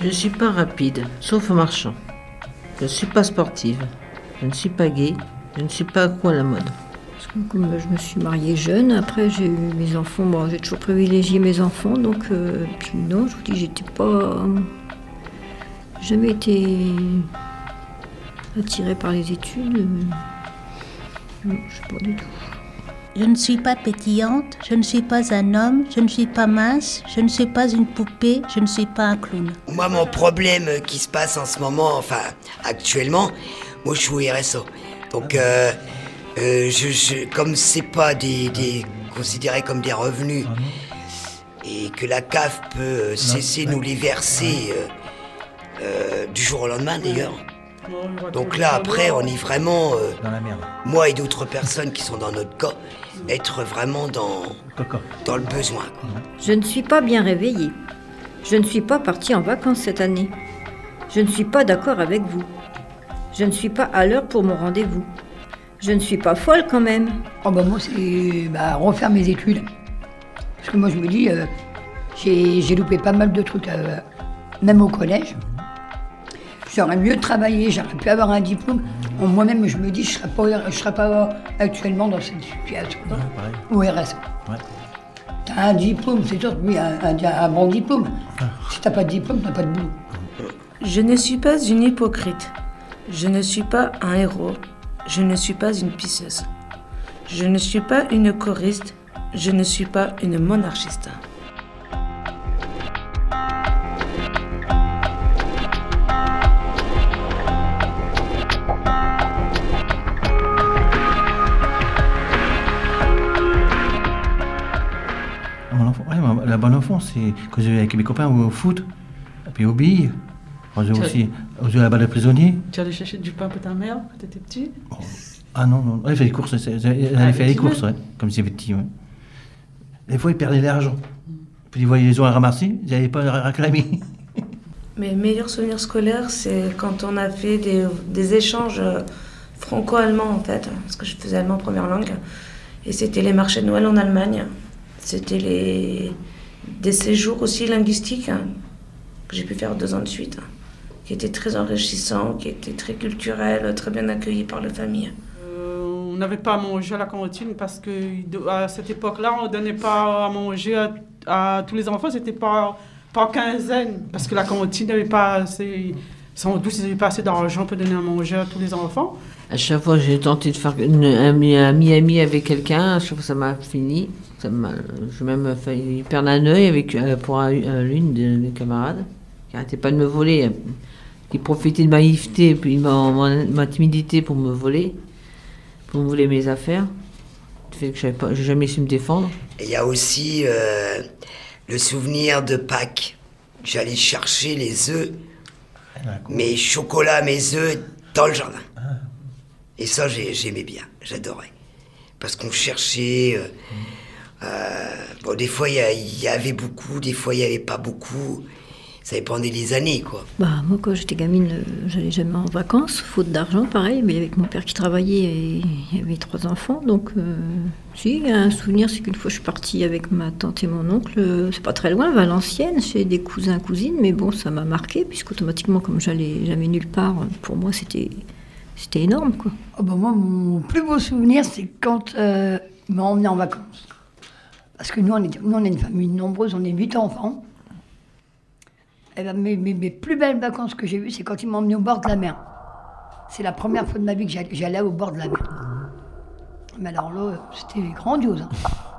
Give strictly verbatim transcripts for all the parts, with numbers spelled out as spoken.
Je ne suis pas rapide, sauf en marchant. Je ne suis pas sportive. Je ne suis pas gaie. Je ne suis pas accro à la mode. Parce que comme je me suis mariée jeune, après j'ai eu mes enfants. Bon, j'ai toujours privilégié mes enfants, donc euh, puis non, je vous dis, j'étais pas, jamais été attirée par les études. Non, je sais pas du tout. Je ne suis pas pétillante, je ne suis pas un homme, je ne suis pas mince, je ne suis pas une poupée, je ne suis pas un clown. Moi, mon problème qui se passe en ce moment, enfin, actuellement, moi, je suis au R S A. Donc, euh, euh, je, je, comme c'est pas des, des considéré comme des revenus, et que la C A F peut euh, cesser de nous les verser euh, euh, du jour au lendemain, d'ailleurs. Donc là, après, on est vraiment, euh, dans la merde. Moi et d'autres personnes qui sont dans notre cas, être vraiment dans, dans le besoin. Quoi. Je ne suis pas bien réveillée. Je ne suis pas partie en vacances cette année. Je ne suis pas d'accord avec vous. Je ne suis pas à l'heure pour mon rendez-vous. Je ne suis pas folle quand même. Oh bah moi, c'est bah, refaire mes études. Parce que moi, je me dis, euh, j'ai, j'ai loupé pas mal de trucs, euh, même au collège. J'aurais mieux travaillé, j'aurais pu avoir un diplôme. Moi-même, je me dis, je ne serais pas, je serais pas actuellement dans cette situation. Ouais, au R S A. Ouais. Tu as un diplôme, c'est sûr, oui, un, un, un bon diplôme. Ah. Si tu n'as pas de diplôme, tu n'as pas de boulot. Je ne suis pas une hypocrite. Je ne suis pas un héros. Je ne suis pas une pisseuse. Je ne suis pas une choriste. Je ne suis pas une monarchiste. La bonne enfance, c'est quand je jouais avec mes copains au foot, et puis aux billes. On jouait aussi on jouait à la balle de prisonnier. Tu allais chercher du pain pour ta mère quand tu étais petit? Oh. Ah non, non, elle avait fait les courses, elle avait ah, fait les courses, ouais, comme si elle était petit. Ouais. Des fois, ils perdaient l'argent. Puis ils voyaient les gens à ramasser, ils n'avaient pas à réclamer. Mes meilleurs souvenirs scolaires, c'est quand on a fait des, des échanges franco-allemands, en fait, parce que je faisais allemand première langue. Et c'était les marchés de Noël en Allemagne. C'était les, des séjours aussi linguistiques hein, que j'ai pu faire deux ans de suite, hein, qui étaient très enrichissants, qui étaient très culturels, très bien accueillis par la famille. Euh, on n'avait pas à manger à la cantine parce qu'à cette époque-là, on ne donnait pas à manger à, à tous les enfants, c'était pas par quinzaine, parce que la cantine n'avait pas assez, sans doute, ils n'avaient pas assez d'argent pour donner à manger à tous les enfants. À chaque fois, j'ai tenté de faire une, un mi-ami avec quelqu'un, à chaque fois, ça m'a fini. Ça m'a, j'ai même failli perdre un œil avec, euh, pour un, un, l'une de mes camarades, qui n'arrêtait pas de me voler, qui profitait de ma naïveté et puis ma, ma, ma timidité pour me voler, pour me voler mes affaires. Du fait que je n'ai jamais su me défendre. Il y a aussi euh, le souvenir de Pâques. J'allais chercher les œufs, mes chocolats, mes œufs, dans le jardin. Et ça, j'ai, j'aimais bien, j'adorais. Parce qu'on cherchait... Euh, euh, bon, des fois, il y, y avait beaucoup, des fois, il n'y avait pas beaucoup. Ça dépendait des années, quoi. Bah, moi, quand j'étais gamine, j'allais jamais en vacances, faute d'argent, pareil. Mais avec mon père qui travaillait, et il y avait trois enfants. Donc, euh, si, il y a un souvenir, c'est qu'une fois, je suis partie avec ma tante et mon oncle. C'est pas très loin, Valenciennes, chez des cousins, cousines. Mais bon, ça m'a marqué, puisqu'automatiquement, comme j'allais jamais nulle part, pour moi, c'était... C'était énorme, quoi. Oh bah moi, mon plus beau souvenir, c'est quand euh, ils m'ont emmené en vacances. Parce que nous, on est, nous, on est une famille nombreuse, on est huit enfants. Et ben, mes, mes, mes plus belles vacances que j'ai eues, c'est quand ils m'ont emmené au bord de la mer. C'est la première fois de ma vie que j'allais, j'allais au bord de la mer. Mais alors là, c'était grandiose. Hein.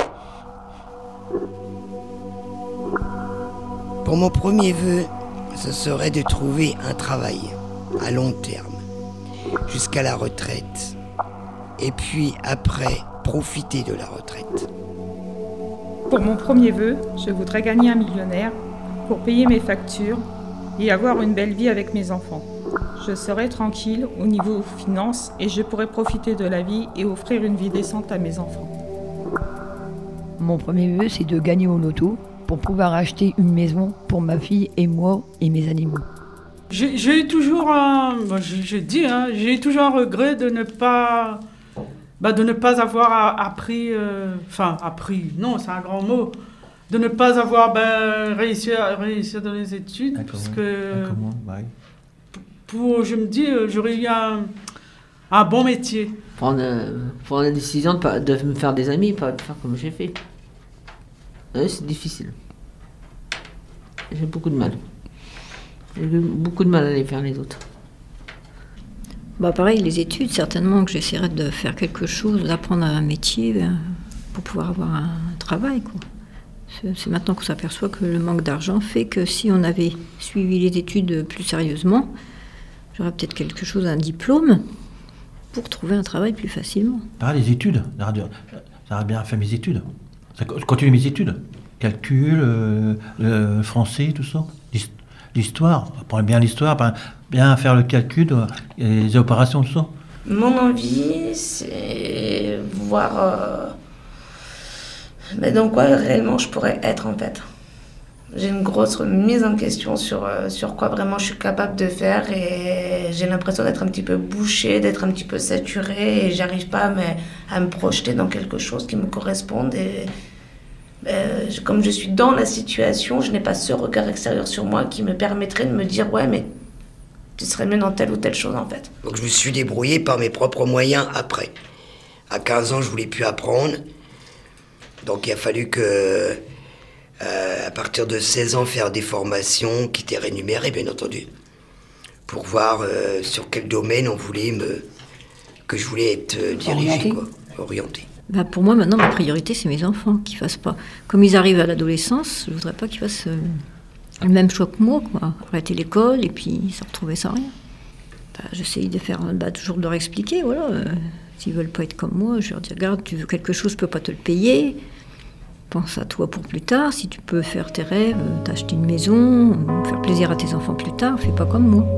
Pour mon premier vœu, ce serait de trouver un travail à long terme. Jusqu'à la retraite. Et puis après, profiter de la retraite. Pour mon premier vœu, je voudrais gagner un millionnaire pour payer mes factures et avoir une belle vie avec mes enfants. Je serai tranquille au niveau finances et je pourrai profiter de la vie et offrir une vie décente à mes enfants. Mon premier vœu, c'est de gagner au loto pour pouvoir acheter une maison pour ma fille et moi et mes animaux. J'ai, j'ai eu toujours un, bah, je, je dis, hein, j'ai eu toujours un regret de ne pas, bah, de ne pas avoir appris, enfin euh, appris, non, c'est un grand mot, de ne pas avoir ben, réussi à réussir dans les études. D'accord, Parce oui. que D'accord, moi, bah oui. pour, je me dis, euh, j'aurais eu un, un bon métier. Prendre, euh, prendre la décision de, pas, de me faire des amis, pas de faire comme j'ai fait. Ouais, c'est difficile. J'ai beaucoup de mal. J'ai eu beaucoup de mal à aller vers les autres. Bah pareil, les études, certainement que j'essaierais de faire quelque chose, d'apprendre un métier ben, pour pouvoir avoir un travail, quoi. C'est, c'est maintenant qu'on s'aperçoit que le manque d'argent fait que si on avait suivi les études plus sérieusement, j'aurais peut-être quelque chose, un diplôme, pour trouver un travail plus facilement. Pareil, les études. J'aurais bien fait mes études. Ça continue mes études. Calcul, euh, le français, tout ça. L'histoire. Apprendre bien l'histoire, bien faire le calcul, les opérations, tout ça. Mon envie, c'est voir euh, mais dans quoi réellement je pourrais être en fait. J'ai une grosse remise en question sur, euh, sur quoi vraiment je suis capable de faire et j'ai l'impression d'être un petit peu bouchée, d'être un petit peu saturée et j'arrive pas à me, à me projeter dans quelque chose qui me corresponde. Et euh, comme je suis dans la situation, je n'ai pas ce regard extérieur sur moi qui me permettrait de me dire ouais mais tu serais mieux dans telle ou telle chose en fait. Donc je me suis débrouillé par mes propres moyens après. À quinze ans, je voulais plus apprendre. Donc il a fallu que... Euh, à partir de seize ans, faire des formations qui étaient rémunérées, bien entendu, pour voir euh, sur quel domaine on voulait me... que je voulais être euh, dirigé, quoi, orienté. Bah pour moi, maintenant, ma priorité, c'est mes enfants, qu'ils fassent pas... Comme ils arrivent à l'adolescence, je voudrais pas qu'ils fassent euh, le même choix que moi, quoi. Arrêter l'école et puis se retrouver sans rien. Bah, j'essaye de faire... Bah, toujours de leur expliquer, voilà. Euh, s'ils veulent pas être comme moi, je leur dis, regarde, tu veux quelque chose, je peux pas te le payer. Pense à toi pour plus tard, si tu peux faire tes rêves, t'acheter une maison, faire plaisir à tes enfants plus tard, fais pas comme moi.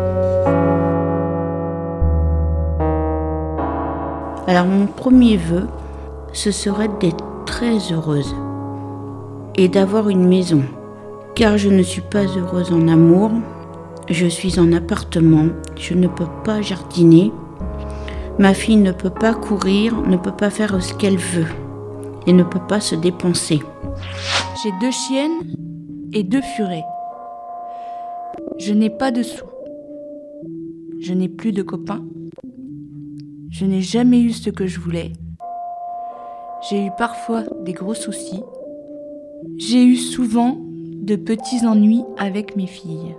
Alors mon premier vœu, ce serait d'être très heureuse et d'avoir une maison. Car je ne suis pas heureuse en amour, je suis en appartement, je ne peux pas jardiner, ma fille ne peut pas courir, ne peut pas faire ce qu'elle veut. Et ne peut pas se dépenser. J'ai deux chiennes et deux furets. Je n'ai pas de sous. Je n'ai plus de copains. Je n'ai jamais eu ce que je voulais. J'ai eu parfois des gros soucis. J'ai eu souvent de petits ennuis avec mes filles.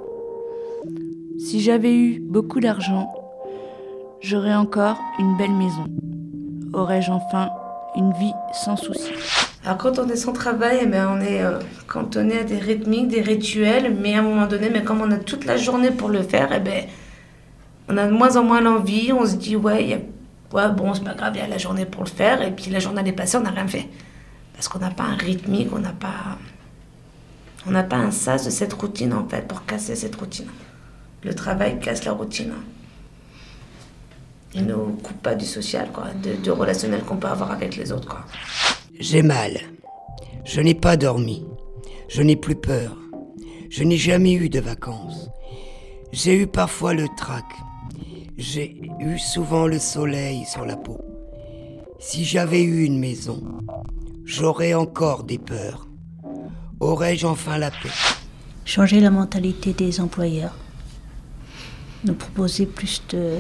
Si j'avais eu beaucoup d'argent, j'aurais encore une belle maison. Aurais-je enfin une vie sans souci. Alors quand on est sans travail, eh bien, on est euh, cantonné à des rythmiques, des rituels, mais à un moment donné, mais comme on a toute la journée pour le faire, eh bien, on a de moins en moins l'envie, on se dit ouais, y a, ouais bon c'est pas grave, il y a la journée pour le faire, et puis la journée elle est passée, on n'a rien fait. Parce qu'on n'a pas un rythmique, on n'a pas, on n'a pas un sas de cette routine en fait, pour casser cette routine. Le travail casse la routine. Il ne nous coupe pas du social, quoi, de, de relationnel qu'on peut avoir avec les autres, quoi. J'ai mal. Je n'ai pas dormi. Je n'ai plus peur. Je n'ai jamais eu de vacances. J'ai eu parfois le trac. J'ai eu souvent le soleil sur la peau. Si j'avais eu une maison, j'aurais encore des peurs. Aurais-je enfin la paix? Changer la mentalité des employeurs. Nous proposer plus de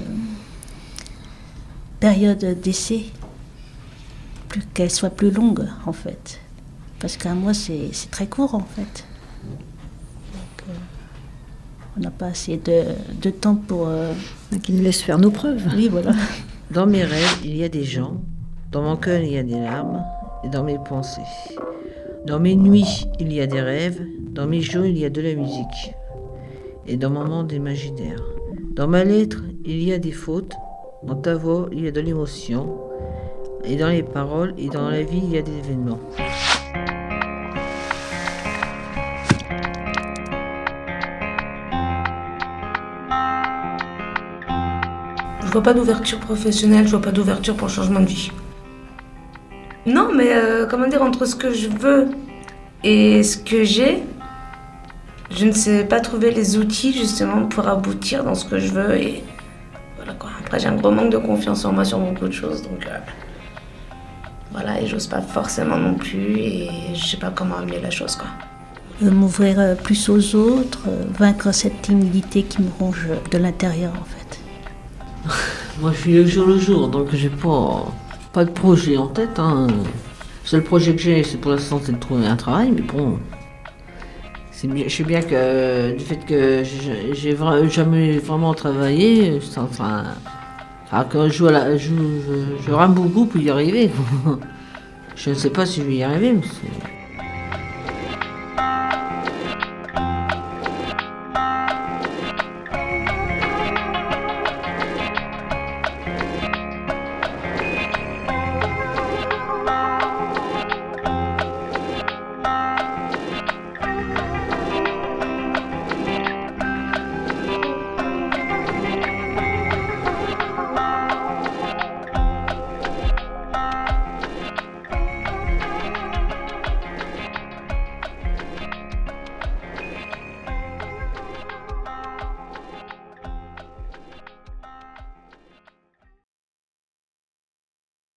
période d'essai, plus qu'elle soit plus longue en fait, parce qu'un mois c'est, c'est très court en fait. Donc, euh, on n'a pas assez de, de temps pour... Euh... Qui nous laisse faire nos preuves. Oui, voilà. Dans mes rêves, il y a des gens, dans mon cœur il y a des larmes, et dans mes pensées. Dans mes nuits, il y a des rêves, dans mes jours il y a de la musique, et dans mon monde imaginaire. Dans ma lettre, il y a des fautes. Dans ta voix, il y a de l'émotion. Et dans les paroles et dans la vie, il y a des événements. Je vois pas d'ouverture professionnelle, je vois pas d'ouverture pour le changement de vie. Non, mais euh, comment dire, entre ce que je veux et ce que j'ai, je ne sais pas trouver les outils justement pour aboutir dans ce que je veux et... Voilà quoi. Après, j'ai un gros manque de confiance en moi sur beaucoup de choses, donc euh, Voilà, et j'ose pas forcément non plus, et je sais pas comment amener la chose, quoi. Euh, m'ouvrir euh, plus aux autres, euh, vaincre cette timidité qui me ronge de l'intérieur, en fait. Moi, je suis le jour le jour, donc j'ai pas, pas de projet en tête. Hein. Le seul projet que j'ai, c'est pour l'instant, c'est de trouver un travail, mais bon, c'est bien, je sais bien que euh, du fait que j'ai, j'ai vra- jamais vraiment travaillé, ça, enfin, enfin, que je, joue à la, je, je, je rame beaucoup pour y arriver. Je ne sais pas si je vais y arriver, mais c'est...